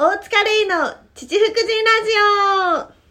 大塚レイの父福神ラジオ。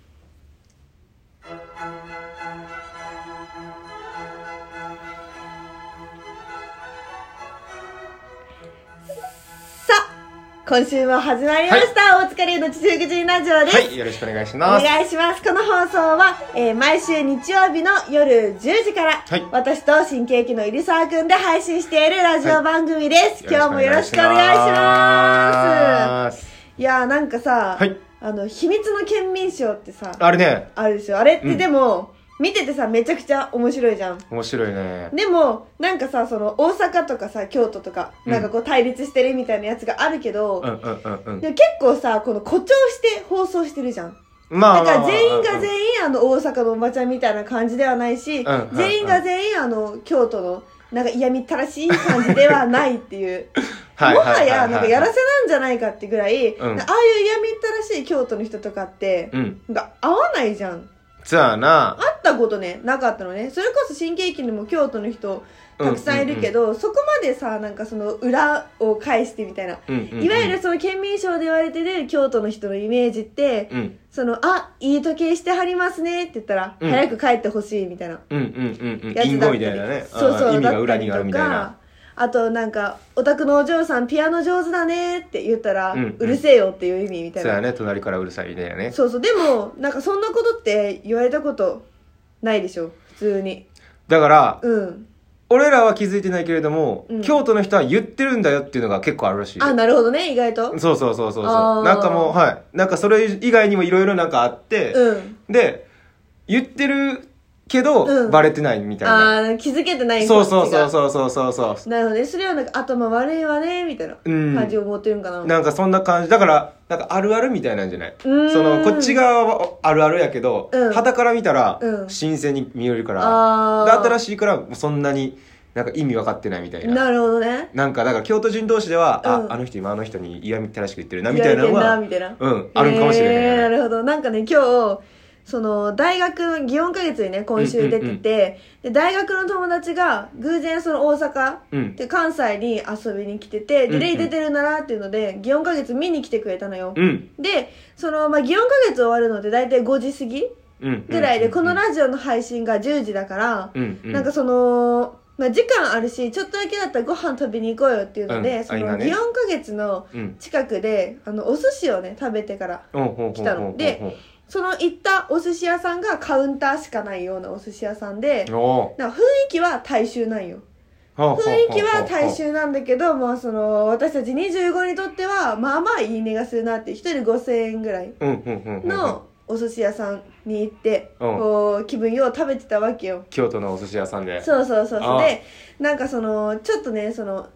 今週も始まりました、大塚レイの父福神ラジオです。 はい、よろしくお願いします。 お願いします。この放送は、毎週日曜日の夜10時から、はい、私と新喜劇の入澤くんで配信しているラジオ番組です。はい、今日もよろしくお願いします。いやーなんかさ、はい、秘密の県民賞ってさ、 あれね、 あるでしょ。あれってでも、見ててさめちゃくちゃ面白いじゃん。 面白いね。 でもなんかさ、その大阪とかさ京都とか、なんかこう対立してるみたいなやつがあるけど、で結構さこの誇張して放送してるじゃん。だから全員が全員大阪のおばちゃんみたいな感じではないし、全員が全員京都のなんか嫌みったらしい感じではないっていうもはやなんかやらせなんじゃないかってぐらい、ああいう嫌みったらしい京都の人とかって、なんか合わないじゃん。 そうやな。 会ったことねなかったのね。それこそ新喜劇にも京都の人たくさんいるけど、そこまでさなんかその裏を返してみたいな、いわゆるその県民賞で言われてる京都の人のイメージって、そのいい時計してはりますねって言ったら、早く帰ってほしいみたいなやつだったり、 みたいなね。 そうそう、 意味が裏にあるみたいな。 あとなんかお宅のお嬢さんピアノ上手だねって言ったら、うるせえよっていう意味みたいな。 そうやね、隣からうるさいみたいなね。 そうそう。でもなんかそんなことって言われたことないでしょ普通に。 だから、俺らは気づいてないけれども、京都の人は言ってるんだよっていうのが結構あるらしい。 あ、なるほどね、意外と。 そうなんかもう、はい、なんかそれ以外にもいろいろなんかあって、で言ってるけど、バレてないみたいな。 気づけてないそう。 なるほどね。それはなんか頭悪いわねみたいな感じを持ってるんかな。 なんかそんな感じだから、なんかあるあるみたいなんじゃない。そのこっち側はあるあるやけど、傍から見たら新鮮に見えるから、で新しいからそんなになんか意味分かってないみたいな。 なるほどね。 なんかだから京都人同士では、あの人今あの人に嫌みったらしく言ってるなみたいなのは、あるかもしれない。 なるほど。なんかね今日その大学の祇園花月にね今週出てて、で大学の友達が偶然その大阪で関西に遊びに来てて、でレイ出てるならっていうので祇園花月見に来てくれたのよ。でその祇園花月終わるので大体5時過ぎぐらいで、このラジオの配信が10時だから、なんかその時間あるしちょっとだけだったらご飯食べに行こうよっていうので、その祇園花月の近くでお寿司をね食べてから来たので、その行ったお寿司屋さんがカウンターしかないようなお寿司屋さんで、なんか雰囲気は大衆なんよ。雰囲気は大衆なんだけど、その私たち25にとってはまあまあいい値がするなって、1人5000円ぐらいのお寿司屋さんに行って、こう気分よう食べてたわけよ。 京都のお寿司屋さんで。 そうで、なんかそのちょっとねその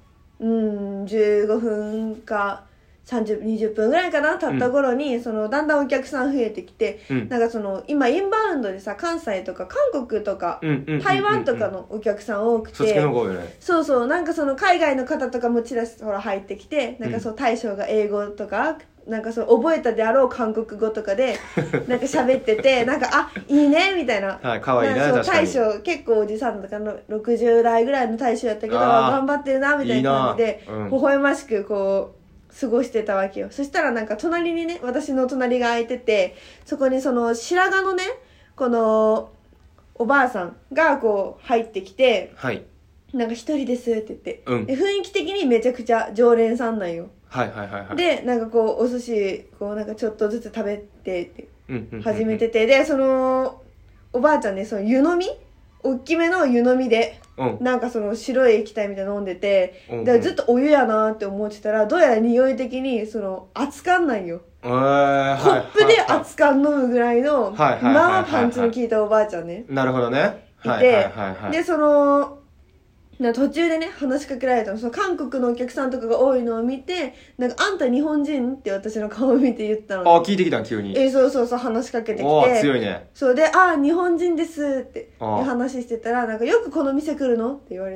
15分か20分ぐらいかな経った頃に、そのだんだんお客さん増えてきて、なんかその今インバウンドでさ関西とか韓国とか台湾とかのお客さん多くて、そうなんかその海外の方とかもちらほら入ってきて、なんかそう大将が英語とかなんかそう覚えたであろう韓国語とかでなんか喋っててなんかいいねみたいな。 はい、可愛いな。確かに大将結構おじさんとかの60代ぐらいの大将やったけど頑張ってるなみたいな感じで微笑ましくこう過ごしてたわけよ。そしたらなんか隣にね私の隣が空いてて、そこにその白髪のねこのおばあさんがこう入ってきて、なんか一人ですって言って、で雰囲気的にめちゃくちゃ常連さんなんよ。でなんかこうお寿司こうなんかちょっとずつ食べてって始めてて、でそのおばあちゃんねその湯飲み大きめの湯飲みで、なんかその白い液体みたいなの飲んでて、でずっとお湯やなって思ってたら、どうやら匂い的にその熱燗なんよ。コップで熱燗飲むぐらいのまあパンチの効いたおばあちゃんね。 なるほどね。 いて、でその途中でね話しかけられたの、その韓国のお客さんとかが多いのを見て、なんかあんた日本人って私の顔を見て言ったの、ね。 聞いてきたん急に。 そう話しかけてきて。 強いね。 そうで日本人ですって話してたら、なんかよくこの店来るのって言われて、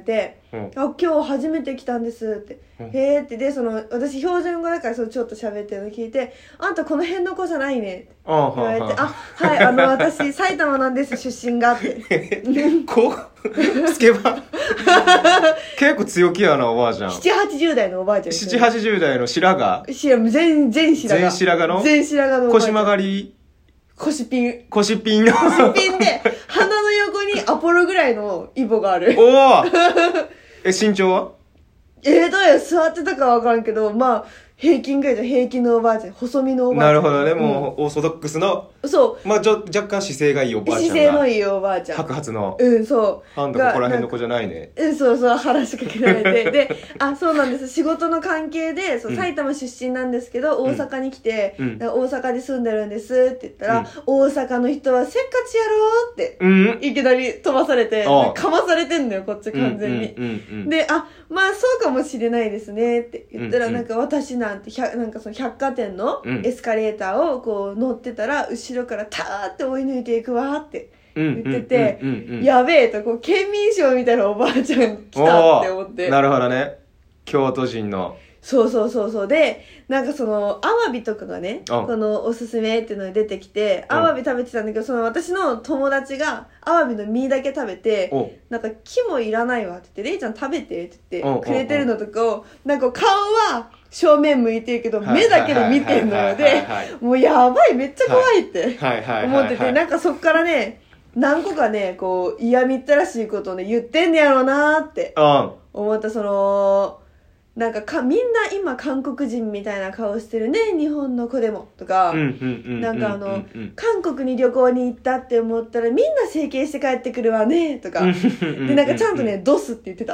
今日初めて来たんですって、へーって、で私標準語だからちょっと喋ってるの聞いて、あんたこの辺の子じゃないねって言われて、はい私埼玉なんです出身がってこうつけば結構強気やなおばあちゃん。 70、80代のおばあちゃん。 70、80代の白髪全白髪。 全白髪の全白髪の腰曲がり腰ピン腰ピンの腰ピンで鼻の横にアポロぐらいのイボがある。 おお身長はどうや座ってたか分からんけど、まあ平均ぐらいじゃん。平均のおばあちゃん、細身のおばあちゃん。 なるほどね、もうオーソドックスの、 そうまあ若干姿勢がいいおばあちゃんが、 姿勢のいいおばあちゃん、 白髪の、 そうあんたここら辺の子じゃないね。 そう話しかけられてで、そうなんです、仕事の関係で埼玉出身なんですけど、大阪に来て、大阪で住んでるんですって言ったら、大阪の人はせっかちやろって、いきなり飛ばされて、かまされてんのよこっち完全に。で、まあそうかもしれないですねって言ったら、私なんて百貨店のエスカレーターをこう乗ってたら、後ろからターって追い抜いていくわって言ってて、やべえと、こう県民賞みたいなおばあちゃん来たって思って。 なるほどね、京都人の。 そうで、アワビとかがね、このおすすめっていうのに出てきて、アワビ食べてたんだけど、私の友達がアワビの身だけ食べて、木もいらないわって言って、レイちゃん食べてって言ってくれてるのとかを、顔は正面向いてるけど目だけで見てんのよ。で、もうやばい、めっちゃ怖いって思ってて、そっからね、何個かね、こう嫌みったらしいことをね言ってんねやろうなーって思った。みんな今韓国人みたいな顔してるね、日本の子でもとか、韓国に旅行に行ったって思ったらみんな整形して帰ってくるわねとかで、ちゃんとねドスって言ってた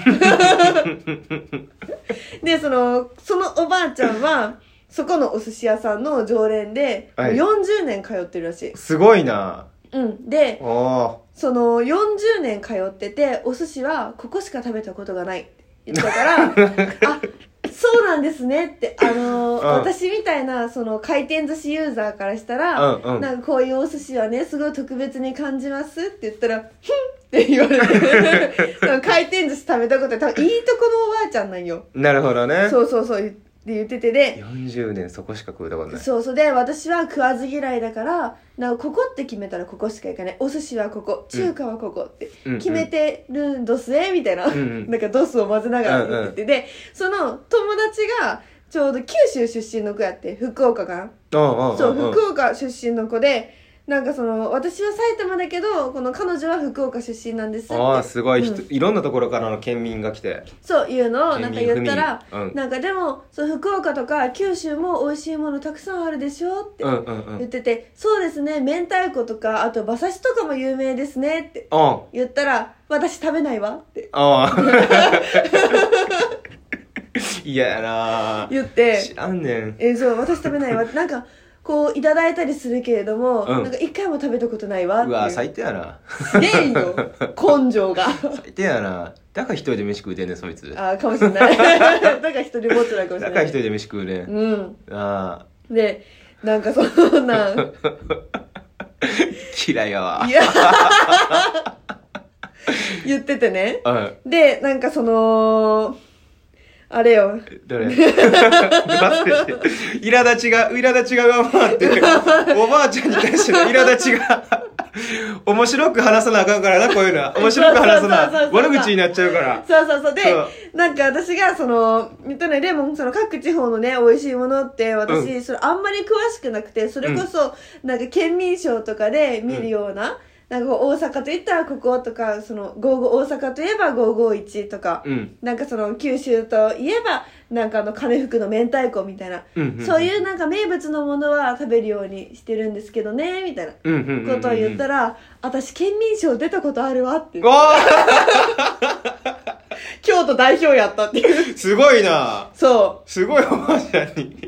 で、そのおばあちゃんはそこのお寿司屋さんの常連で、もう40年通ってるらしい。 すごいな。 で、その40年通ってて、お寿司はここしか食べたことがないって言ったからそうなんですねって、私みたいな回転寿司ユーザーからしたら、こういうお寿司はねすごい特別に感じますって言ったら、ふんって言われて回転寿司食べたこと多分いいとこのおばあちゃんなんよ。 なるほどね。 そうって言ってて、で 40年そこしか食うたことない。 そうで、私は食わず嫌いだから、ここって決めたらここしか行かない、お寿司はここ、中華はここって決めてるんどすえみたいな、ドスを混ぜながら言ってて、でその友達がちょうど九州出身の子やって、福岡かな。そう、福岡出身の子で、私は埼玉だけどこの彼女は福岡出身なんですって。 すごい、いろんなところからの県民が来てそういうのを言ったら、でも福岡とか九州も美味しいものたくさんあるでしょって言ってて、そうですね、明太子とかあと馬刺しとかも有名ですねって言ったら、私食べないわって嫌やな言って、 知らんねん。 そう、私食べないわってこういただいたりするけれども、一回も食べたことないわっていう。 うわ最低やな。 すげえよ根性が最低やな。だから一人で飯食うてんねんそいつ。 かもしれないだから一人ぼっちなんかもしれない。 だから一人で飯食うねん。 でそんなん嫌いやわ。 言っててね、であれよ。 どれ忘れて。苛立ちが上回ってる。おばあちゃんに対しての苛立ちが。面白く話さなあかんからな、こういうのは。面白く話さな。悪口になっちゃうから。 そう。で、私が言ったね、でも各地方のね、美味しいものって私、あんまり詳しくなくて、それこそ、県民賞とかで見るような、大阪といったらこことか、大阪といえば551とか、九州といえば、金福の明太子みたいな、そういう名物のものは食べるようにしてるんですけどね、みたいなことを言ったら、私県民賞出たことあるわって言って。京都代表やったっていう。 すごいな。 そう。 すごいおばあちゃんに。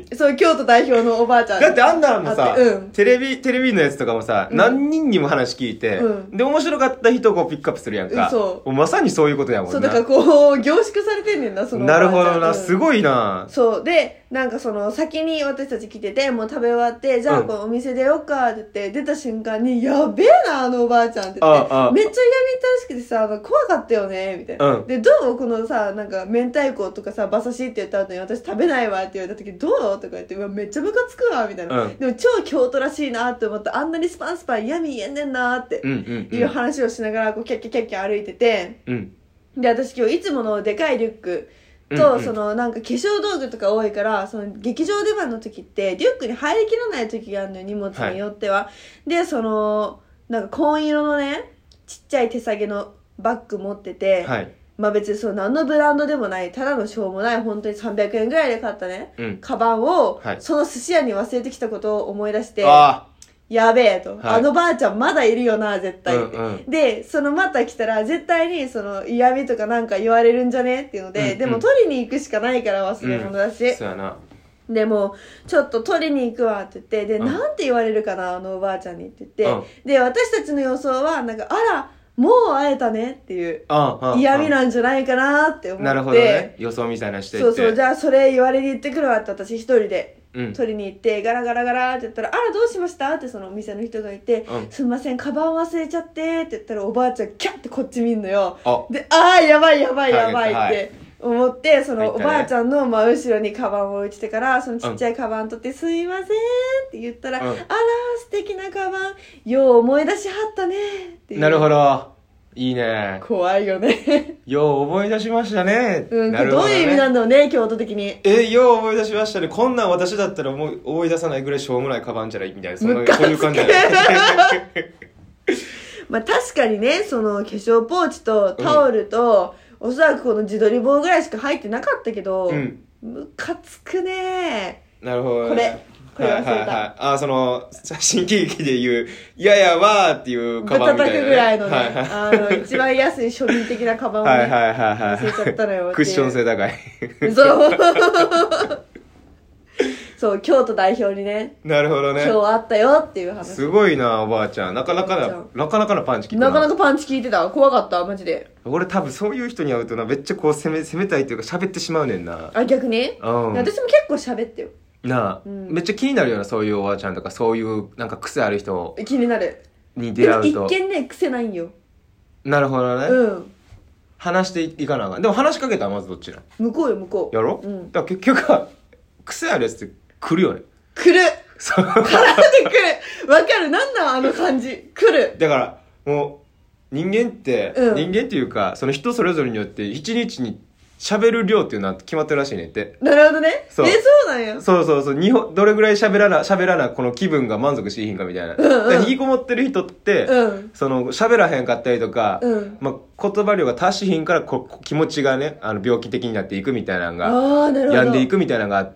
そう京都代表のおばあちゃんだってあんなのさ、 うん、 テレビのやつとかもさ、何人にも話聞いて、で面白かった人をこうピックアップするやんか、 そうまさにそういうことやもんな。 そうだからこう凝縮されてんねんなそのおばあちゃん。 なるほどな、すごいな。 そうでなんかその先に私たち来ててもう食べ終わってじゃあこのお店出ようかって言って出た瞬間にやべえなあのおばあちゃんって言ってめっちゃ嫌みったらしくてさ怖かったよねみたいな、でどうこのさなんか明太子とかさ馬刺しって言った後に私食べないわって言われた時どうとか言ってめっちゃムカつくわみたいな、でも超京都らしいなって思ってあんなにスパンスパン嫌味言えんねんなっていう話をしながらこうキャッキャキャッキャ歩いてて、で私今日いつものでかいリュックと、そのなんか化粧道具とか多いからその劇場出番の時ってリュックに入りきらない時があるのよ荷物によっては、でそのなんか紺色のねちっちゃい手提げのバッグ持ってて、まあ別にその何のブランドでもないただのしょうもない本当に300円ぐらいで買ったね、カバンを、その寿司屋に忘れてきたことを思い出してやべえと、あのばあちゃんまだいるよな絶対って、でそのまた来たら絶対にその嫌味とかなんか言われるんじゃねっていうので、でも取りに行くしかないから忘れ物だし、 そうやな。 でもちょっと取りに行くわって言ってで、なんて言われるかなあのおばあちゃんにって言って、で私たちの予想はなんかあらもう会えたねっていう嫌味なんじゃないかなって思って、 なるほどね、予想みたいなしてって、 そうじゃあそれ言われに行ってくるわって私一人で取りに行ってガラガラガラって言ったらあらどうしましたってそのお店の人がいて、すいませんカバン忘れちゃってって言ったらおばあちゃんキャッてこっち見んのよ。でやばいって思ってそのおばあちゃんの真後ろにカバンを置いてからそのちっちゃいカバン取ってすいませんって言ったら、あら素敵なカバンよう思い出しはったねっていう。 なるほど、いいね。 怖いよねよう思い出しましたね。 なるほどね。どういう意味なんだろうね京都的に。 よう思い出しましたね。こんなん私だったら思い出さないぐらいしょうもないカバンじゃないみたいな、そういう感じじゃないまあ確かにねその化粧ポーチとタオルと、おそらくこの自撮り棒ぐらいしか入ってなかったけど、ムカつくね。 なるほど、 ね、これ忘れた、 その新喜劇で言う嫌やわーっていうカバンみたいな、ね、 ぶったたくぐらいのね、一番安い庶民的なカバンをね忘れちゃったのよ。 クッション性高いそう京都代表にね。 なるほどね。 今日あったよっていう話。 すごいなおばあちゃん。なかなかなパンチ効いてなかなかパンチ効いてた。怖かったマジで。 俺多分そういう人に会うとなめっちゃこう攻めたいっていうか喋ってしまうねんな。 逆に、私も結構喋ってよなあ、めっちゃ気になるよなそういうおばあちゃんとかそういうなんか癖ある人気になるに出会うと。 一見ね癖ないんよ。 なるほどね。話していかなあかん。でも話しかけたらまずどっちな向こうよ向こうやろ、だから結局は癖あるやつって来るよね。 来るそう絡んでくる。わかる。なんなんあの感じ。来る。 だからもう人間って、人間っていうかその人それぞれによって一日に喋る量っていうのは決まってるらしいねって。 なるほどね。そうなんや。 そうどれぐらい喋らなこの気分が満足しひんかみたいな、引きこもってる人って、その喋らへんかったりとか、まあ、言葉量が達しひんから気持ちがね病気的になっていくみたいなのが病んでいくみたいなのがあって、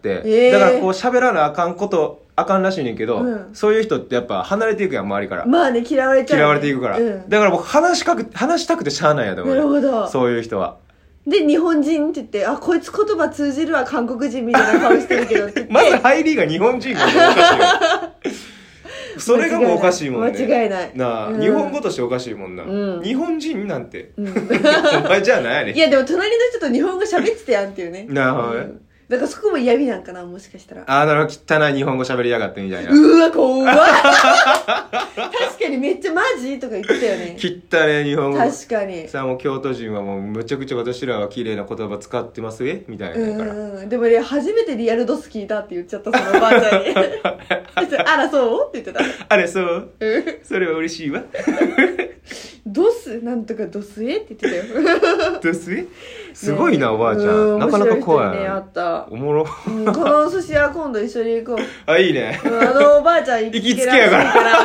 だからこう喋らなあかんらしいねんけど、そういう人ってやっぱ離れていくやん周りから。 まあね嫌われちゃう、ね、 嫌われていくから、だから僕話したくてしゃあないやと思う。 なるほど。 そういう人はで日本人って言ってこいつ言葉通じるわ韓国人みたいな顔してるけどってまず入りが日本人がおかしいよそれがもうおかしいもんね。 間違いないなあ、日本語としておかしいもんな、日本人なんて、お前じゃあ何やねん。 いやでも隣の人と日本語喋ってたやんっていうね。 なるほどね、 だからそこも嫌味なんかなもしかしたら。 なるほど。汚い日本語喋りやがってみたいな。 うわ怖い確かにめっちゃマジとか言ってたよね。 汚い日本語。 確かに。 さあもう京都人はもうむちゃくちゃ私らは綺麗な言葉使ってますみたいなから。 でもね初めてリアルドス聞いたって言っちゃったそのおばあちゃんにあらそうって言ってた。 あれそうそれは嬉しいわドスなんとかドスエって言ってたよドスエすごいな、おばあちゃん。なかなか怖い。 ね、あった。 おもろ。 この寿司屋今度一緒に行こう。 いいね。 おばあちゃん行きつけやから。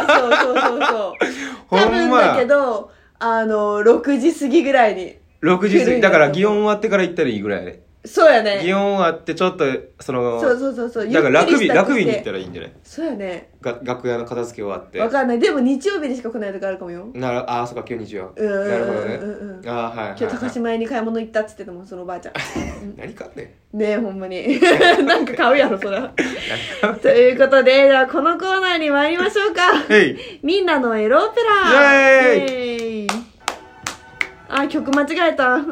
そう。多分だけど、6時過ぎぐらいに。 6時過ぎ。だから、祇園終わってから行ったらいいぐらいで。 そうやね。 祇園終わってちょっとそうだからラグビーに行ったらいいんじゃない？ そうやね。 楽屋の片付け終わって。 わかんない。でも日曜日にしか来ないとかあるかもよ。 ああ、そっか、今日日曜。なるほどね。ああ、はい。 今日高島屋に買い物行ったっつってたもん、そのおばあちゃん。 何買ってんねえ、ほんまに。なんか買うやろ、それは。ということで、じゃあこのコーナーに参りましょうか。みんなのエロオペラ。イエーイ。あ、曲間違えた。よ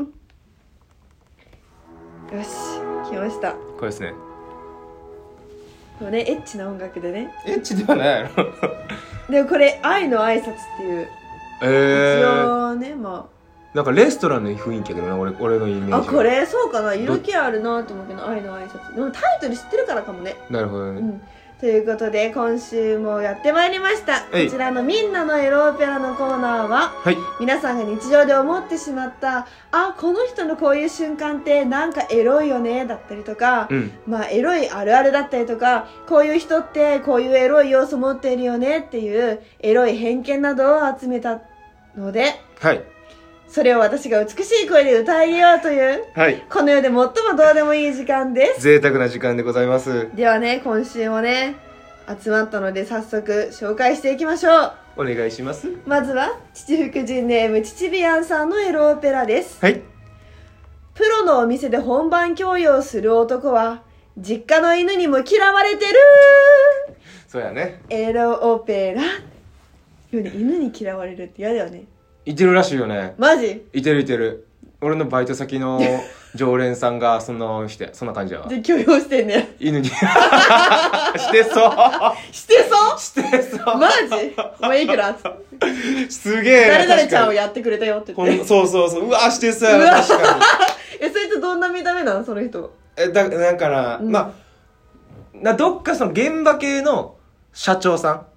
し、来ました。 これですね。 そうね、エッチな音楽でね。 エッチではないやろ。 でもこれ、愛の挨拶っていう。一応ね、まあ。 なんかレストランの雰囲気やけどな、俺のイメージ。 あ、これそうかな、色気あるなと思うけど、愛の挨拶。でもタイトル知ってるからかもね。 なるほどね。 ということで今週もやってまいりました。こちらのみんなのエロオペラのコーナーは、皆さんが日常で思ってしまったこの人のこういう瞬間ってなんかエロいよねだったりとか、まあエロいあるあるだったりとか、こういう人ってこういうエロい要素持っているよねっていうエロい偏見などを集めたので、それを私が美しい声で歌い上げようという、この世で最もどうでもいい時間です。 贅沢な時間でございます。 ではね、今週もね集まったので早速紹介していきましょう。 お願いします。 まずは父福神ネームちちびやんさんのエロオペラです。プロのお店で本番教養する男は実家の犬にも嫌われてる。 そうやね。 エロオペラ。犬に嫌われるって嫌だよね。 いてるらしいよね。 マジ？ いてる。俺のバイト先の常連さんがそんな感じやわ。 で許容してんね。 犬にしてそうマジ？もういいくらすげえ誰々ちゃんをやってくれたよって言って。 そううわしてそうやな。確かにそいつどんな見た目なのその人？ なんかな、まあどっかその現場系の社長さん、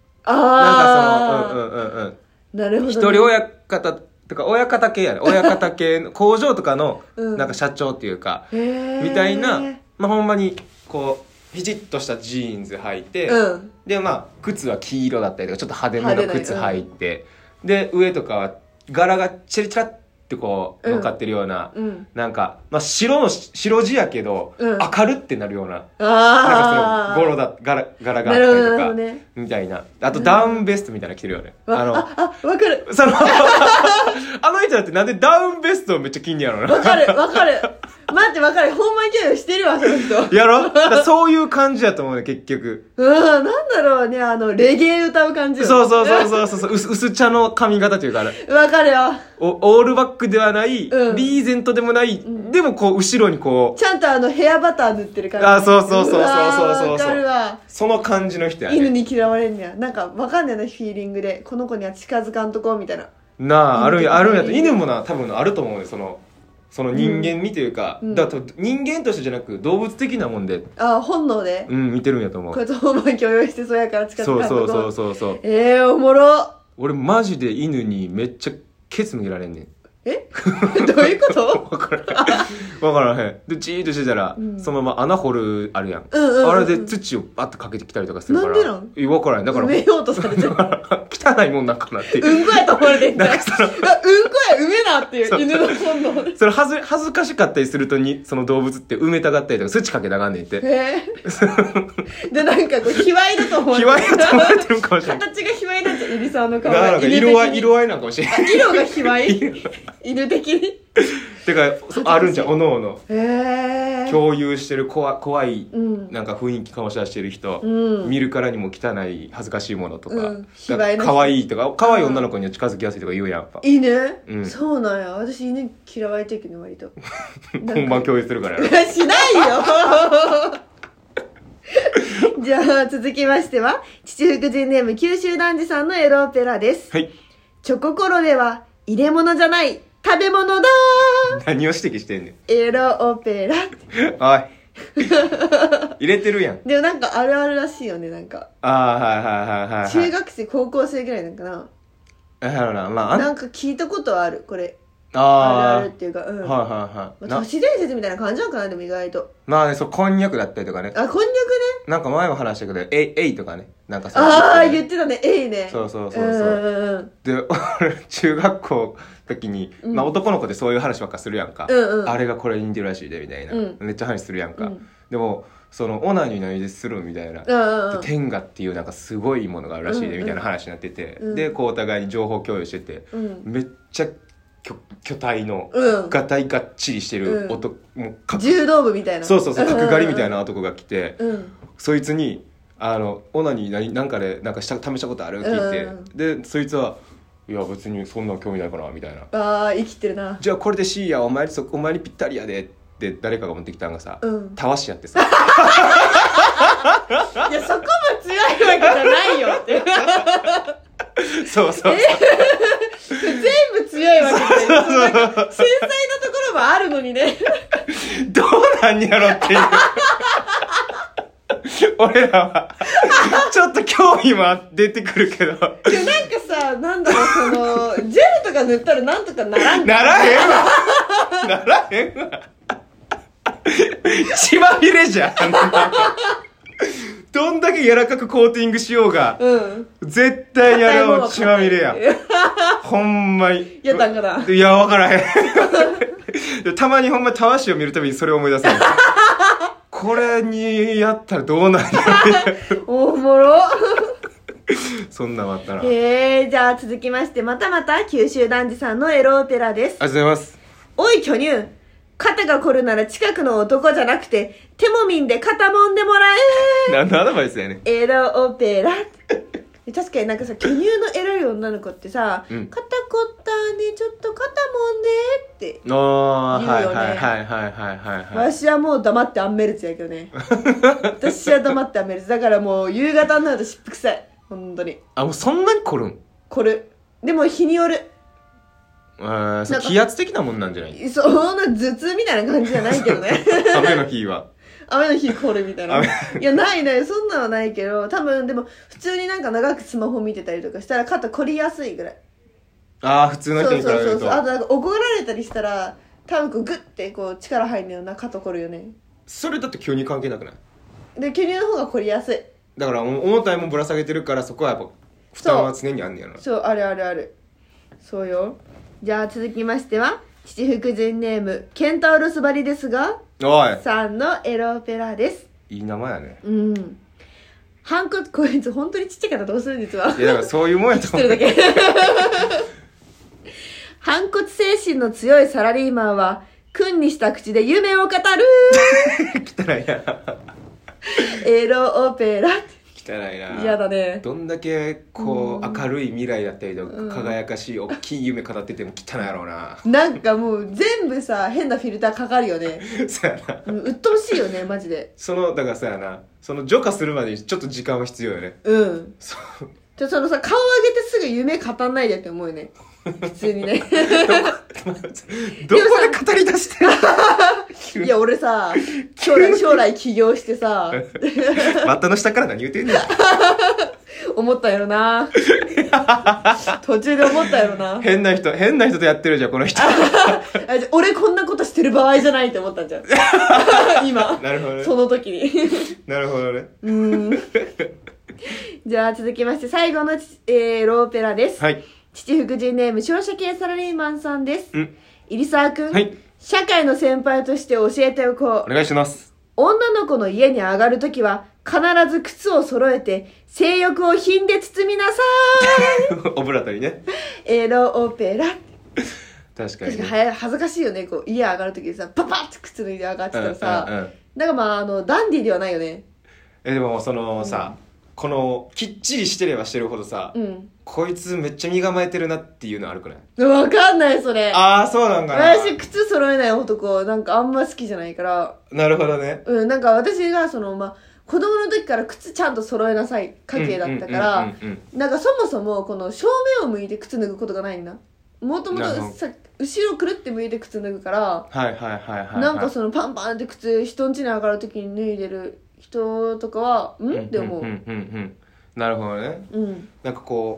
なるほど、ね、 一人親方とか親方系やね。親方系の工場とかのなんか社長っていうか、みたいな、まあほんまにこうピチッとしたジーンズ履いて、でまあ靴は黄色だったりとかちょっと派手めの靴履いて、で上とかは柄がチラチラってこう乗っかってるような、なんかまあ白地やけど、明るってなるような、なんかその柄があったりとか、みたいな。あとダウンベストみたいなの着てるよね。 わかる。 あの人だってなんでダウンベストをめっちゃ着んねやろな。 わかる。待ってほんまに教養してるわ、その人。 やろ？そういう感じやと思うね、結局。 なんだろうね、レゲエ歌う感じよ。 そう。薄茶の髪型というか、 わかるよ。 オールバックではない、リーゼントでもない、でもこう、後ろにこう。 ちゃんとヘアバター塗ってる感じ。 そう。 わかるわ。 その感じの人やね。 犬に嫌われんねや。なんか、わかんないな、フィーリングで。この子には近づかんとこう、みたいな。 あるんやと。犬も多分あると思うね、その人間味というか、だから人間としてじゃなく動物的なもんで。 本能で見てるんやと思う。 こいつほんまに許容してそうやから近づかんとこ。 そう。 おもろ。 俺マジで犬にめっちゃケツ向けられんねん。 どういうこと？ わからへん。で、じーっとしてたら、そのまま穴掘るあるやん。あれで土をバッとかけてきたりとかするから。 なんでなん？ わからへん。だから。 埋めようとされてる。 汚いもんなんかなって。 うんこやと思われてんじゃん。うんこや埋めなっていう犬の本能で。 それ恥ずかしかったりするとその動物って埋めたがったりとか、土かけたがんねんって。 で、なんかこう、卑猥だと思われてる。 卑猥だと思われてるかもしれない。 形が卑猥なんじゃん、入沢の顔が。色合いなんかもしれない。 色が卑猥犬的に。 てかあるんじゃん、おのおの共有してる怖いなんか雰囲気醸し出してる人、見るからにも汚い恥ずかしいものとか、可愛いとか可愛い女の子には近づきやすいとか言うやん。やっぱ犬、そうなんや。私犬嫌われてるけど割と本番共有するからやろ。 しないよじゃあ続きましては父福神ネーム九州男児さんのエロオペラです。チョココロネは入れ物じゃない食べ物だー。 何を指摘してんねん。 エロオペラおい入れてるやん。 でもなんかあるあるらしいよね。なんかはい中学生高校生ぐらいなんかな。 なるほどな。まあなんか聞いたことあるこれ。 あるあるっていうか、 はいはいはい、 まあ、都市伝説みたいな感じなのかな、でも意外と。 まあね、そうこんにゃくだったりとかね。 あ、こんにゃくね。 なんか前も話したけどえいとかね、なんかさ、 ああ言ってたね、えいね。 そうそうそうそう、で俺中学校時に、まあ男の子でそういう話ばっかするやんか、あれがこれに似てるらしいでみたいな、めっちゃ話するやんか、でもそのオナニー何でするみたいな、で天下っていうなんかすごいものがあるらしいでみたいな話になってて、でこうお互いに情報共有してて、めっちゃ巨体の、がたいがっちりしてる男、もう柔道部みたいな、 そうそうそう、角刈りみたいな男が来て、そいつにオナニーなんかでなんか試したことある聞いて、でそいつはいや別にそんな興味ないかなみたいな、 ああ生きてるな、 じゃあこれで C やお前にぴったりやでって誰かが持ってきたんがさ、たわしやってさいやそこも強いわけじゃないよってそうそうそう、 全部強いわけじゃない、繊細なところもあるのにねどうなんやろっていう俺らはちょっと興味も出てくるけど、でもなんかさ、なんだろう、そのジェルとか塗ったらなんとかならんかならへんわならへんわ血まみれじゃんどんだけ柔らかくコーティングしようが、絶対にあれは血まみれやんほんまにやったんかな、 いや分からへんたまにほんまたわしを見るたびにそれを思い出すこれにやったらどうなんやおもろそんなんあったな。 じゃあ続きまして、またまた九州男児さんのエロオペラです。 ありがとうございます。 おい巨乳、肩が凝るなら近くの男じゃなくて手もみんで肩もんでもらえ。 何のアドバイスやねん。 エロオペラ確かになんかさ、巨乳のエロい女の子ってさ、肩凝ったね、ちょっと肩もんでって言うよね。はい。私はもう黙ってアンメルツやけどね私は黙ってアンメルツだから、もう夕方になると湿布臭い、本当に。 あ、もうそんなに凝るん？ 凝る。でも日による。 そう気圧的なもんなんじゃない？ そんな頭痛みたいな感じじゃないけどね雨の日は雨の日凝るみたいな。いやないそんなのはないけど、多分でも普通になんか長くスマホ見てたりとかしたら肩凝りやすいぐらい。 ああ、普通の人に比べると。 そうあとなんか怒られたりしたら多分こうグッてこう力入るような肩凝るよね。 それだって巨乳関係なくない？ で巨乳の方が凝りやすい。 だから重たいもんぶら下げてるから、そこはやっぱ負担は常にあんねやな。 そうあるそうよ。じゃあ続きましては、父福神ネームケンタウロスバリですがさんのエロオペラです。いい名前やね。 反骨、こいつ本当にちっちゃい方どうするん実は。 いやだからそういうもんやと思う。知ってるだけ反骨精神の強いサラリーマンは君にした口で夢を語る汚いなエロオペラ。 汚いな。 嫌だね。 どんだけこう明るい未来だったりとか、輝かしい大きい夢語ってても汚いやろうな。 なんかもう全部さ変なフィルターかかるよねそうやな。 うっとうしいよねマジで。 だからさやな、除化するまでにちょっと時間は必要よね。 そうじゃそのさ、顔上げてすぐ夢語んないでって思うよね普通にねどこで語り出していや俺さ将来起業してさ股の下から何言うてんねん思ったやろな途中で思ったやろな。 変な人とやってるじゃんこの人俺こんなことしてる場合じゃないって思ったんじゃん今。 なるほどね。 その時になるほどね。 じゃあ続きまして最後の、ローオペラです。 はい。 父福神ネーム商社系サラリーマンさんです。入沢くん、 はい、 社会の先輩として教えておこう。 お願いします。 女の子の家に上がるときは必ず靴を揃えて性欲を品で包みなさいオブラートにね。 エロオペラ。 確かに、 ね、恥ずかしいよね。こう家上がるときにさパパッて靴脱いで上がってたらさ、なんかまあダンディーではないよね。 でもさ、このきっちりしてればしてるほどさ、こいつめっちゃ身構えてるなっていうのあるくない？ わかんないそれ。 ああ、そうなんかな。 私靴揃えない男なんかあんま好きじゃないから。 なるほどね。 なんか私が子供の時から靴ちゃんと揃えなさい家系だったから、なんかそもそもこの正面を向いて靴脱ぐことがないんだ。もともとさ後ろくるって向いて靴脱ぐから、なんかパンパンって靴人ん家に上がる時に脱いでる人とかはって思う。 なるほどね。なんかこう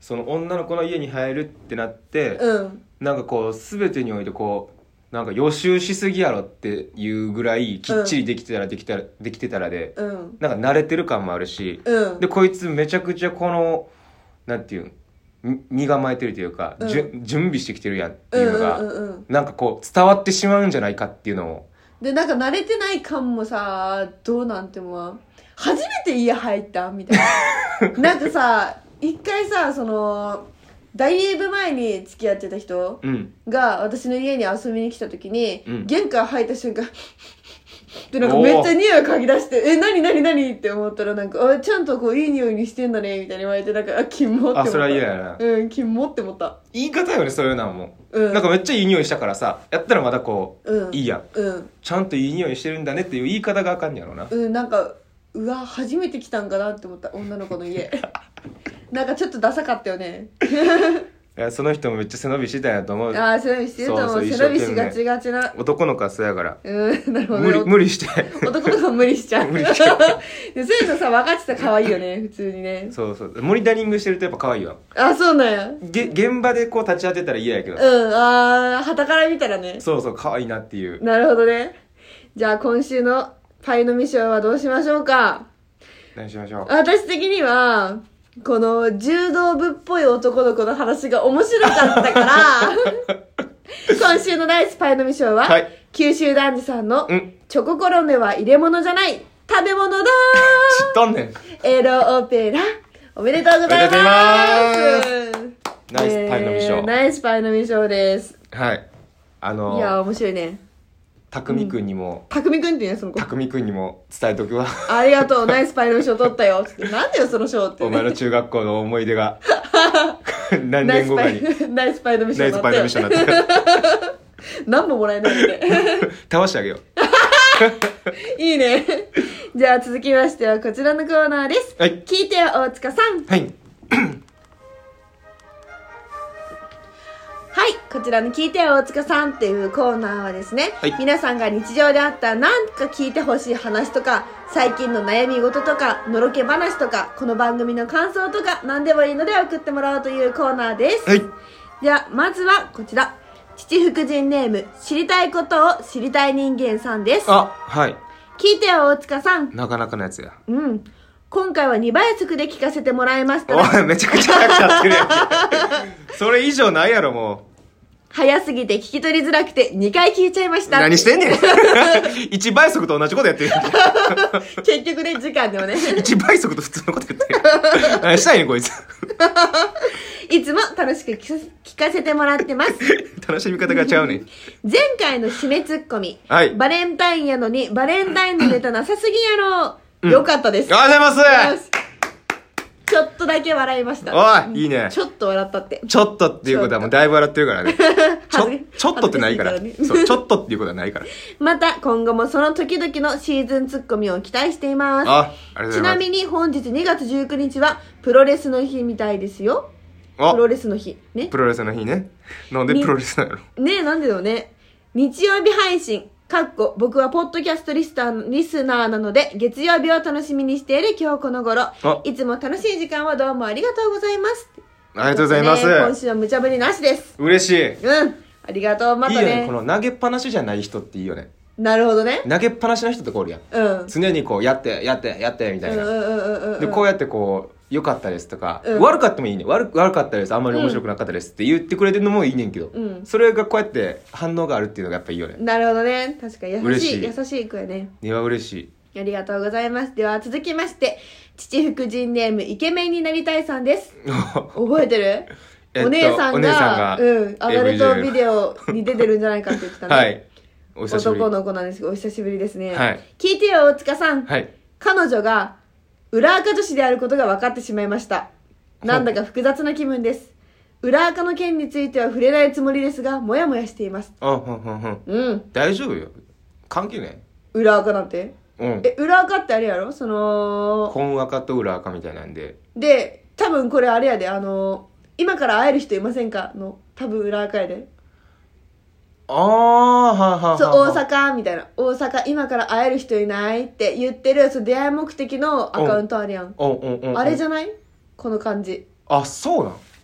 その女の子の家に入るってなって、なんかこう全てにおいてこうなんか予習しすぎやろっていうぐらいきっちりできてたらできてたらで、なんか慣れてる感もあるし、でこいつめちゃくちゃこのなんていう身構えてるというか、準備してきてるやんっていうのが、なんかこう伝わってしまうんじゃないかっていうのをでなんか慣れてない感もさどうなんても初めて家入ったみたいななんかさ一回さそのだいぶ前に付き合ってた人が私の家に遊びに来た時に、玄関入った瞬間でなんかめっちゃ匂い嗅ぎ出して何って思ったらなんかちゃんとこういい匂いにしてんだねみたいに言われてなんかキモって思った。 それは嫌やな。キモって思った。 言い方よねそういうのはもう、なんかめっちゃいい匂いしたからさやったらまだこう、いいやん、ちゃんといい匂いしてるんだねっていう言い方があかんやろな。 なんかうわ初めて来たんかなって思った女の子の家なんかちょっとダサかったよねいやその人もめっちゃ背伸びしてたんやと思う。 背伸びしてると思う。背伸びしがちがちな男の子はそうやから。 なるほど。 無理して男の子は無理しちゃうそういうのさ分かってたら可愛いよね普通にね。 そうモニタリングしてるとやっぱ可愛いわ。 そうなんや。 現場でこう立ち会ってたら嫌やけど旗から見たらね可愛いなっていう。 なるほどね。じゃあ今週のパイのミションはどうしましょうか。 何しましょう。 私的にはこの柔道部っぽい男の子の話が面白かったから今週のナイスパイのミションは、九州男児さんのチョココロネは入れ物じゃない食べ物だー知っとんねん。 エロオペラおめでとうございますナイスパイのミション、 ナイスパイのミションです。 はいいや面白いね。 たくみくんにも、 たくみくんってねその子。 たくみくんにも伝えとくわ。 ありがとうナイスパイの賞取ったよつってなんだよその賞って、 お前の中学校の思い出が何年後かにナイスパイのミションナイスパイのミションになって何ももらえないんで倒してあげよういいね。じゃあ続きましてはこちらのコーナーです。聞いてよ大塚さん。こちらの聞いてよ大塚さんっていうコーナーはですね、皆さんが日常であったなんか聞いてほしい話とか最近の悩み事とかのろけ話とかこの番組の感想とか何でもいいので送ってもらおうというコーナーです。じゃあまずはこちら父福神ネーム知りたいことを知りたい人間さんです。聞いてよ大塚さん。 なかなかのやつや。 今回は2倍速で聞かせてもらいました。 おいめちゃくちゃ早くなってるやんそれ以上ないやろもう。 早すぎて聞き取りづらくて2回聞いちゃいました。 何してんねん1倍速と同じことやってる結局ね時間でもね 1倍速と普通のこと言ってる何したいねんこいついつも楽しく聞かせてもらってます楽しみ方がちゃうねん前回の締めツッコミ、バレンタインやのにバレンタインのネタなさすぎやろ、よかったです。 ありがとうございます。 ちょっとだけ笑いました。 おいいいね。 ちょっと笑ったって。 ちょっとっていうことはもうだいぶ笑ってるからねちょっとってないからそうちょっとっていうことはないからまた今後もその時々のシーズンツッコミを期待しています。 ありがとうございます。 ちなみに本日2月19日はプロレスの日みたいですよ。プロレスの日ね。 プロレスの日ね。なんでプロレスなのね。なんでだろうね。日曜日配信僕はポッドキャストリスナーなので月曜日を楽しみにしている今日この頃いつも楽しい時間をどうもありがとうございます。 ありがとうございます。 今週は無茶ぶりなしです。 嬉しい。 ありがとう。またね。 いいよね。この投げっぱなしじゃない人っていいよね。 なるほどね。 投げっぱなしの人とこおるやん、常にこうやってみたいな、でこうやってこう良かったですとか、悪かったもいいね。悪かったです、あんまり面白くなかったですって言ってくれてるのもいいねんけど、それがこうやって反応があるっていうのがやっぱいいよね。 なるほどね。確かに優しい子やね。 ねは嬉しい。 ありがとうございます。では続きまして父福神ネームイケメンになりたいさんです覚えてる？お姉さんがアダルトビデオに出てるんじゃないかって言ってたねお久しぶり。男の子なんですけどお久しぶりですね、聞いてよ大塚さん、彼女が裏垢女子であることが分かってしまいました。なんだか複雑な気分です。裏垢の件については触れないつもりですがモヤモヤしています。 大丈夫よ、関係ない。 裏垢なんて、裏垢ってあれやろ、その本垢と裏垢みたいなんで多分これあれやで、今から会える人いませんかの多分裏垢やで。そう大阪みたいな、大阪今から会える人いないって言ってる、そう出会い目的のアカウントあるやん、あれじゃないこの感じ。 そうなん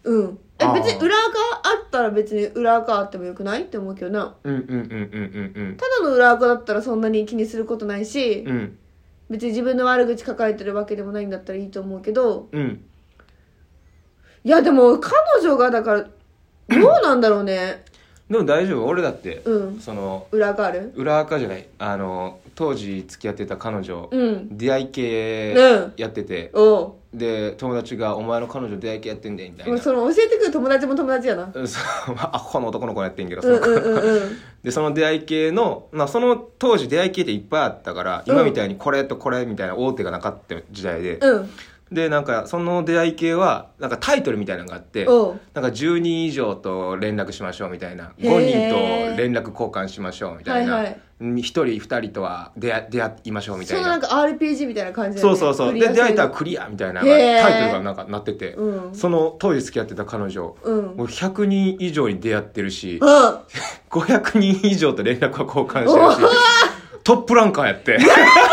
うん別に裏垢あったら別に裏垢あってもよくないって思うけどな。 うんうんうんうんうんうん。 ただの裏垢だったらそんなに気にすることないし、 うん、 別に自分の悪口抱えてるわけでもないんだったらいいと思うけど、 うん、 いやでも彼女がだからどうなんだろうね。 でも大丈夫、俺だって、 その裏垢ある？裏垢じゃない、当時付き合ってた彼女、出会い系やってて、で友達が「お前の彼女出会い系やってんで」みたいな。 その教えてくる友達も友達やな。 アホの男の子やってんけどその子でその出会い系の、その当時出会い系っていっぱいあったから、今みたいにこれとこれみたいな大手がなかった時代で、でなんかその出会い系はなんかタイトルみたいなのがあって、なんか10人以上と連絡しましょうみたいな、5人と連絡交換しましょうみたいな、1人2人とは出会いましょうみたいな、 そのなんか RPG みたいな感じで、ね、そうで出会えたらクリアみたいなタイトルがなんかなってて、その当時付き合ってた彼女、もう100人以上に出会ってるし、500人以上と連絡は交換してるし、トップランカーやってエー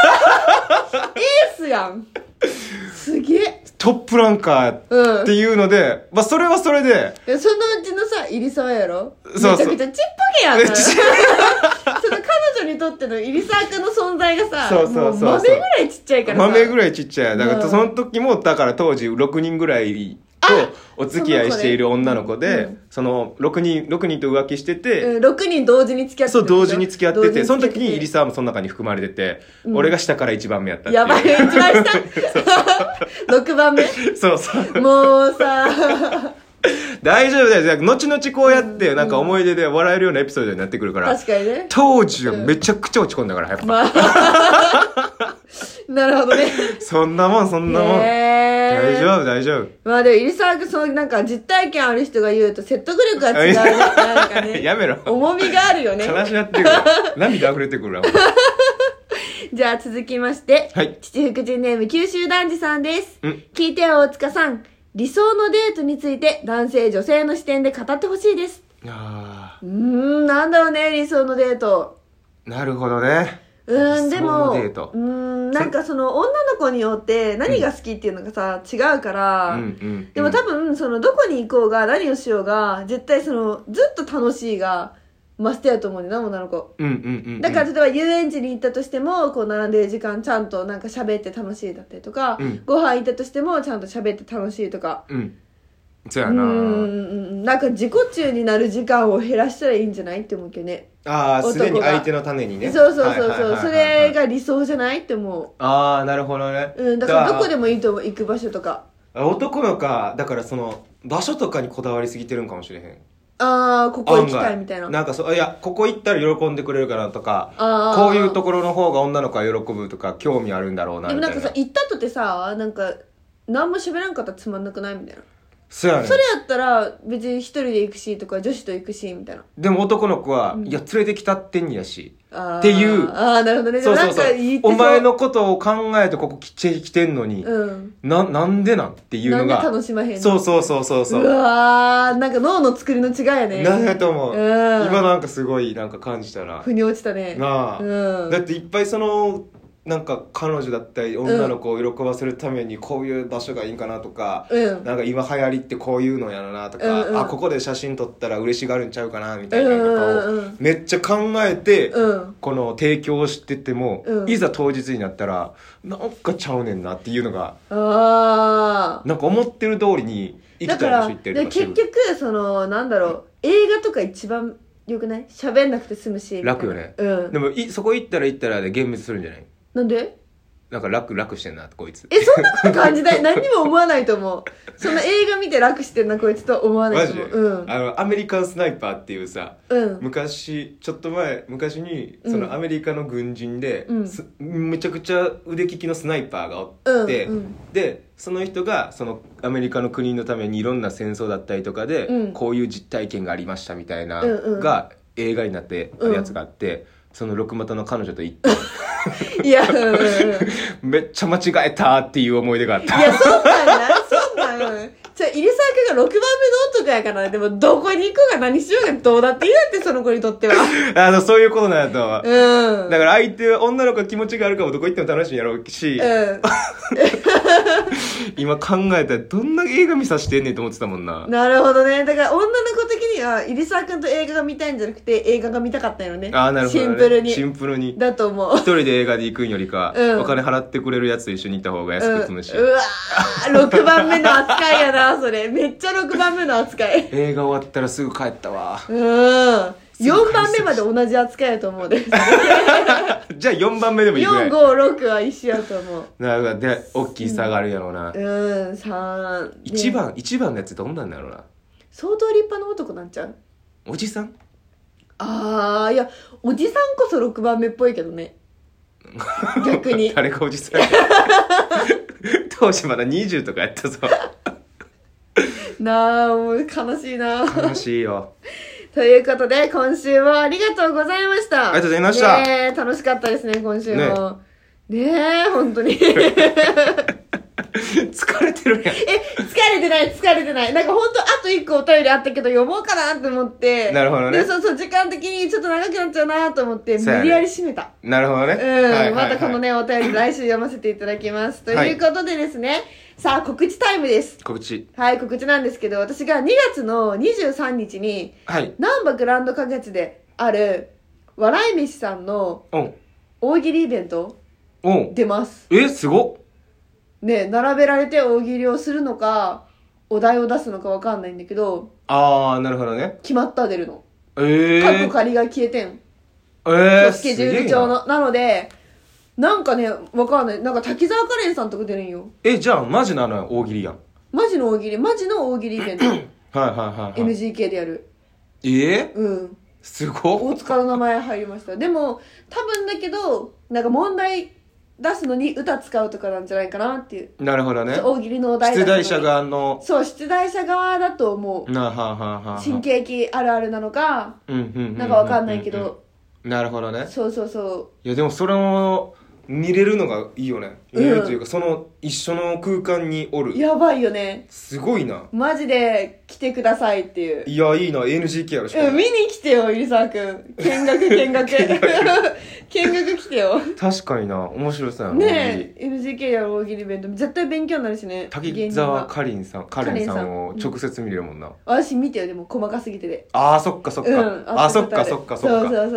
スやん。すげえ。 トップランカーっていうので、それはそれで。 そのうちのさ、入沢やろ？めちゃくちゃちっぽけやん。その彼女にとっての入沢君の存在がさ、もう豆ぐらいちっちゃいからさ。 豆ぐらいちっちゃい。だからその時も、だから当時6人ぐらいとお付き合いしている女の子で、その6人と浮気してて、 6人同時に付き合ってて、 そう同時に付き合ってて、その時に入沢もその中に含まれてて、俺が下から1番目やったっていう。 やばい、一番下6番目。 そうそうもうさ大丈夫だよ。後々こうやってなんか思い出で笑えるようなエピソードになってくるから。 確かにね。 当時はめちゃくちゃ落ち込んだからやっぱ、 なるほどね。 そんなもん大丈夫。 まあでも入沢君、そのなんか実体験ある人が言うと説得力が違うね。なんかねやめろ、 重みがあるよね。 悲しなってくる涙溢れてくるわじゃあ続きまして、父福神ネーム九州男児さんです。聞いてよ大塚さん、理想のデートについて男性女性の視点で語ってほしいです。なんだろうね、理想のデート。 なるほどね。 でもなんかその女の子によって何が好きっていうのがさ、違うから、でも多分そのどこに行こうが何をしようが絶対そのずっと楽しいがマストやと思うんだよな、女の子。だから例えば遊園地に行ったとしてもこう並んでる時間ちゃんとなんか喋って楽しいだったりとか、ご飯行ったとしてもちゃんと喋って楽しいとか、 そうやな。 なんか自己中になる時間を減らしたらいいんじゃないって思うけどね。 すでに相手のためにね。 そう、それが理想じゃないって思う。 なるほどね。 だからどこでもいいと思う、行く場所とか。 男の子だからその場所とかにこだわりすぎてるんかもしれへん。 ここ行きたいみたいな。 なんかいや、ここ行ったら喜んでくれるかなとか、こういうところの方が女の子は喜ぶとか興味あるんだろうなみたいな。 でもなんかさ、行ったとてさ、なんか何も喋らんかったらつまんなくないみたいな。 それやったら別に一人で行くしとか女子と行くしみたいな。 でも男の子は、いや連れてきたってんやしっていう。 なるほどね。 そうお前のことを考えてここ来てんのに、なんでなんっていうのが。 なんで楽しまへんの。 そう。 うわー、なんか脳の作りの違いやね。 なんやと思う。今なんかすごいなんか感じたら。 腑に落ちたね。 だっていっぱいそのなんか彼女だったり女の子を喜ばせるためにこういう場所がいいんかなとか、なんか今流行りってこういうのやなとか、ここで写真撮ったら嬉しがるんちゃうかなみたいなのとかをめっちゃ考えて、この提供してても、いざ当日になったらなんかちゃうねんなっていうのが、なんか思ってる通りに生きちゃう場所行ってるとかしてる。 結局そのなんだろう、映画とか一番よくない？喋んなくて済むし楽よね。でもそこ行ったらで幻滅するんじゃない？ なんで？ なんか楽してんなこいつ。 そんなこと感じない。何にも思わないと思う。そんな映画見て楽してんなこいつと思わないと思う。 マジ？アメリカンスナイパーっていうさ、昔にそのアメリカの軍人で、めちゃくちゃ腕利きのスナイパーがおって、でその人がそのアメリカの国のためにいろんな戦争だったりとかで、こういう実体験がありましたみたいなが映画になってあるやつがあって、その六股の彼女と行っていや、めっちゃ間違えたっていう思い出があった。 いや、そうなんだ。 さ、入澤君が6番目の男やからね。でも、どこに行こうが何しようがどうだっていいやって、その子にとっては。 そういうことなんやと思う。 うん。 だから相手、女の子は気持ちがあるかもどこ行っても楽しいんやろうし、今考えたらどんな映画見さしてんねんと思ってたもんな。 なるほどね。だから女の子的には、入澤君と映画が見たいんじゃなくて、映画が見たかったよね。 なるほど、ね。 シンプルに。 シンプルに。 だと思う。 一人で映画で行くんよりか、お金払ってくれるやつと一緒に行った方が安く済むし。 うわー、6番目の扱いやな、それ。めっちゃ6番目の扱い。 映画終わったらすぐ帰ったわ。 4番目まで同じ扱いやと思うで。 じゃあ4番目でもいいぐらい。 4、5、6は一緒やと思う。 なんかで、大きい差があるやろうな。 3。 一番のやつどんなんだろうな。 相当立派な男なんちゃう？ おじさん？ いや、おじさんこそ6番目っぽいけどね。逆に。 誰がおじさん？当時まだ20とかやったぞ。 もう悲しいな。 悲しいよ。 ということで、今週もありがとうございました。 ありがとうございました。 楽しかったですね、今週も。ね本当に。 疲れてるやん。 疲れてない。なんか本当あと1個お便りあったけど読もうかなと思って。 なるほどね。 で、時間的にちょっと長くなっちゃうなと思って、無理やり締めた。 なるほどね。またこのね、お便り来週読ませていただきます。ということでですね、さあ、告知タイムです。 告知なんですけど、私が2月の23日に、なんばグランド花月である、笑い飯さんの大喜利イベント出ます。 すごっ。 ね、並べられて大喜利をするのか、お題を出すのかわかんないんだけど、 なるほどね。 決まった出るの。過去仮が消えてん。スケジュール帳の。なので、なんかね、わかんない。なんか滝沢カレンさんとか出るんよ。 じゃあマジなの大喜利やん。 マジの大喜利イベント。NGK でやる。 すごっ。 大塚の名前入りました。でも、多分だけど、なんか問題出すのに歌使うとかなんじゃないかなっていう。 なるほどね。 大喜利のお題出題者側の。 そう、出題者側だと思う。新喜劇あるあるなのか、なんかわかんないけど。 なるほどね。 そう。 いやでもそれも見れるのがいいよね。見れるというか、その一緒の空間におる。 やばいよね。 すごいな。 マジで来てくださいっていう。 いや、いいな。NGK やるしか。 見に来てよ、入澤くん。見学。見学来てよ。 確かにな。面白そうやな。 ねえ、NGK やる大喜利イベント。絶対勉強になるしね。 滝沢カレンさんを直接見れるもんな。 私見てよ、でも細かすぎてで。 そっか。そっか。 そう。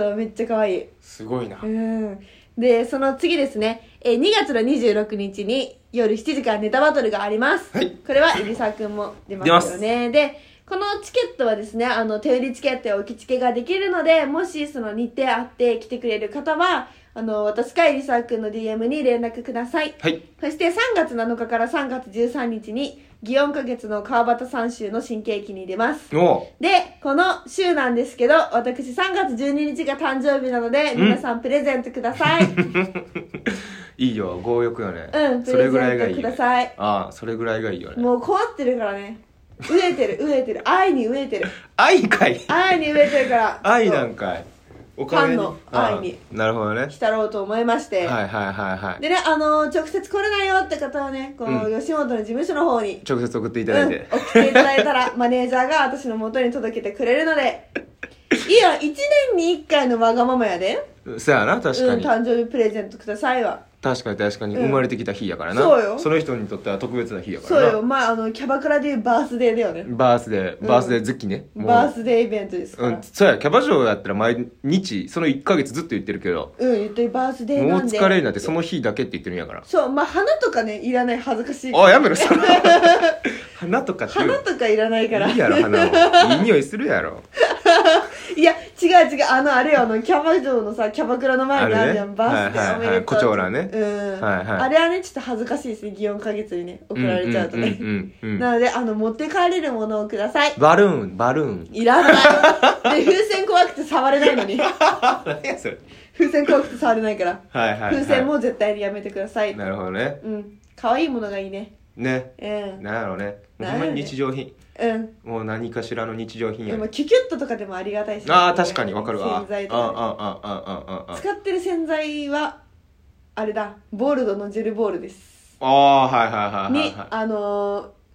めっちゃ可愛い。 すごいな。 で、その次ですね、2月の26日に夜7時からネタバトルがあります。これは入澤くんも出ますよね。で、このチケットはですね、手売りチケットや置き付けができるので、もしその日程あって来てくれる方は、私か入澤くんの DM に連絡ください。そして3月7日から3月13日に、祇園花月の川端三州の新喜劇に出ます。で、この週なんですけど、私3月12日が誕生日なので、皆さんプレゼントください。 いいよ、強欲よね。 プレゼントください。 それぐらいがいいよね。 もう困ってるからね。飢えてる。愛に飢えてる。 愛かい。 愛に飢えてるから。 愛なんかい。 ファンの愛になるほどね来たろうと思いまして、でね、直接来れないよって方はね、この吉本の事務所の方に直接送っていただいて、 送っていただいたらマネージャーが私の元に届けてくれるのでいいよ、1年に1回のわがままやで。 そやな、確かに、 誕生日プレゼントくださいわ。 確かに、生まれてきた日やからな。 そうよ。 その人にとっては特別な日やからな。 そうよ。キャバクラでいうバースデーだよね。 バースデー好きね。 バースデーイベントですから。 そうや、キャバ嬢やったら毎日その1ヶ月ずっと言ってるけど、 言ってるバースデーなんでもう疲れになってその日だけって言ってるんやから。 そう、花とかね、いらない、恥ずかしい。 やめろ、それ。花とかって花とかいらないから。 いいやろ、花も。いい匂いするやろ。 いや、違う。あれよ、キャバ嬢のさ、キャバクラの前にあるじゃん、バースデーおめでとう。 胡蝶蘭ね。 あれはね、ちょっと恥ずかしいですね、祇園花月にね、送られちゃうとね。なので、持って帰れるものをください。 バルーン。 いらない。で、風船怖くて触れないのに。 何やそれ。 風船怖くて触れないから。風船も絶対にやめてください。 なるほどね。 可愛いものがいいね。 ね。なんやろうね。ほんまに日常品。もう何かしらの日常品や。 でもキュキュットとかでもありがたいし。 確かにわかるわ。 洗剤とか。使ってる洗剤はあれだ、ボールドのジェルボールです。 はい。 に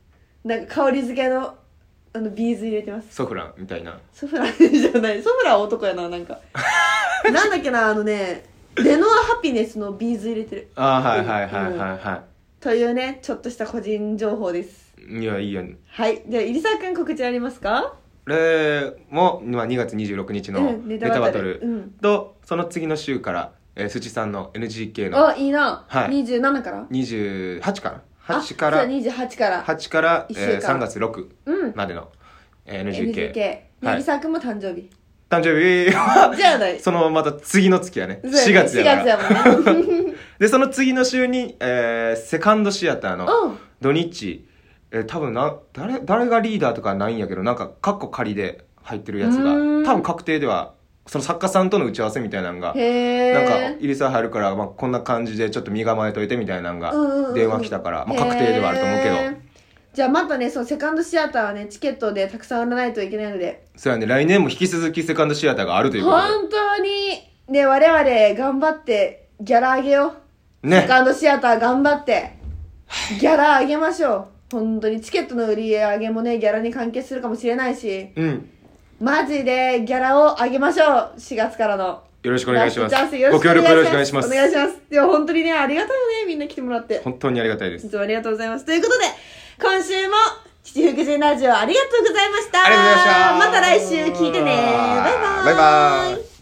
なんか香り付けのビーズ入れてます。 ソフランみたいな。 ソフランじゃない、ソフランは男やな、なんかなんだっけな、レノアハピネスのビーズ入れてる。 はいはいはいはいはい。 というね、ちょっとした個人情報です。 いや、いいやん。 はい。では入澤くん告知ありますか？ も、2月26日のネタバトルと、その次の週から、すちさんの NGK の。 あ、いいな。はい。27から ?28 から。8から、 28から。 8から、3月6までの、NGK。 入澤くんも誕生日。 誕生日じゃあない。 そのまた次の月やね。4月やから。4月やもんね。で、その次の週に、セカンドシアターの土日、多分誰がリーダーとかないんやけど、なんかカッコ仮で入ってるやつが、多分確定では、その作家さんとの打ち合わせみたいなのが、なんか入りさ入るから、まあ、こんな感じでちょっと身構えといてみたいなのが電話来たから、まあ、確定ではあると思うけど。 じゃあまたね、そのセカンドシアターはね、チケットでたくさん売らないといけないので。 そうやね、来年も引き続きセカンドシアターがあるということで。 本当に、ね、我々頑張ってギャラ上げよう。ね。セカンドシアター頑張って、ギャラ上げましょう。本当にチケットの売り上げもね、ギャラに関係するかもしれないし、マジでギャラを上げましょう。4月からの。 よろしくお願いします。ご協力よろしくお願いします。 お願いします。でも本当にね、ありがたいよね、みんな来てもらって。 本当にありがたいです。 いつもありがとうございます。ということで、今週も、七福神ラジオありがとうございました。 ありがとうございました。 また来週聞いてね。バイバーイ。 バイバーイ。